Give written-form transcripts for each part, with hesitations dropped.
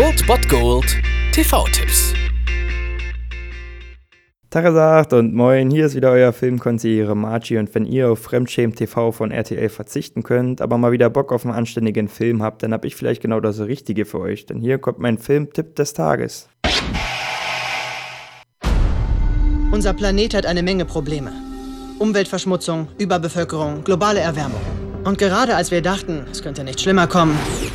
Old Bot Gold TV-Tipps. Tagesacht und moin, hier ist wieder euer Filmkonsigliere Margie und wenn ihr auf Fremdschämen TV von RTL verzichten könnt, aber mal wieder Bock auf einen anständigen Film habt, dann hab ich vielleicht genau das Richtige für euch, denn hier kommt mein Filmtipp des Tages. Unser Planet hat eine Menge Probleme. Umweltverschmutzung, Überbevölkerung, globale Erwärmung. Und gerade als wir dachten, es könnte nicht schlimmer kommen,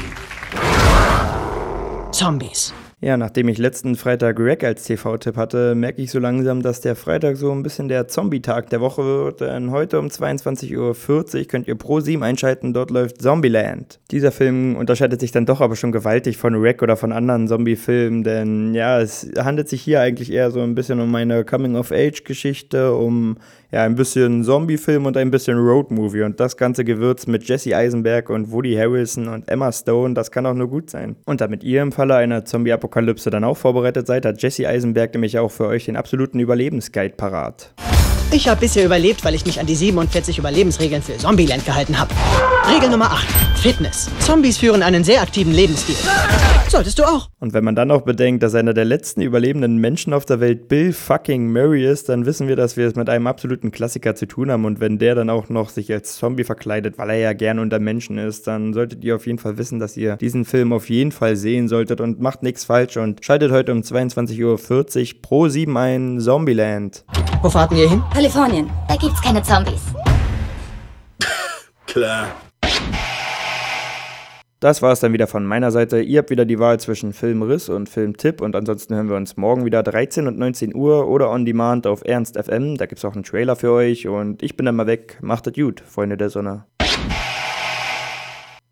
Zombies. Ja, nachdem ich letzten Freitag Rec als TV-Tipp hatte, merke ich so langsam, dass der Freitag so ein bisschen der Zombie-Tag der Woche wird, denn heute um 22:40 Uhr könnt ihr Pro7 einschalten, dort läuft Zombieland. Dieser Film unterscheidet sich dann doch aber schon gewaltig von Rec oder von anderen Zombie-Filmen, denn ja, es handelt sich hier eigentlich eher so ein bisschen um eine Coming-of-Age-Geschichte, um ja, ein bisschen Zombie-Film und ein bisschen Road-Movie und das ganze gewürzt mit Jesse Eisenberg und Woody Harrelson und Emma Stone, das kann auch nur gut sein. Und damit ihr im Falle einer Zombie-Apokalypse dann auch vorbereitet seid, hat Jesse Eisenberg nämlich auch für euch den absoluten Überlebensguide parat. Ich habe bisher überlebt, weil ich mich an die 47 Überlebensregeln für Zombieland gehalten habe. Regel Nummer 8. Fitness. Zombies führen einen sehr aktiven Lebensstil. Solltest du auch. Und wenn man dann auch bedenkt, dass einer der letzten überlebenden Menschen auf der Welt Bill fucking Murray ist, dann wissen wir, dass wir es mit einem absoluten Klassiker zu tun haben. Und wenn der dann auch noch sich als Zombie verkleidet, weil er ja gern unter Menschen ist, dann solltet ihr auf jeden Fall wissen, dass ihr diesen Film auf jeden Fall sehen solltet und macht nichts falsch und schaltet heute um 22:40 Uhr Pro7 ein Zombieland. Wo fahrten ihr hin? Kalifornien. Da gibt's keine Zombies. Klar. Das war es dann wieder von meiner Seite. Ihr habt wieder die Wahl zwischen Filmriss und Filmtipp und ansonsten hören wir uns morgen wieder 13 und 19 Uhr oder on demand auf Ernst FM. Da gibt's auch einen Trailer für euch und ich bin dann mal weg. Macht es gut, Freunde der Sonne.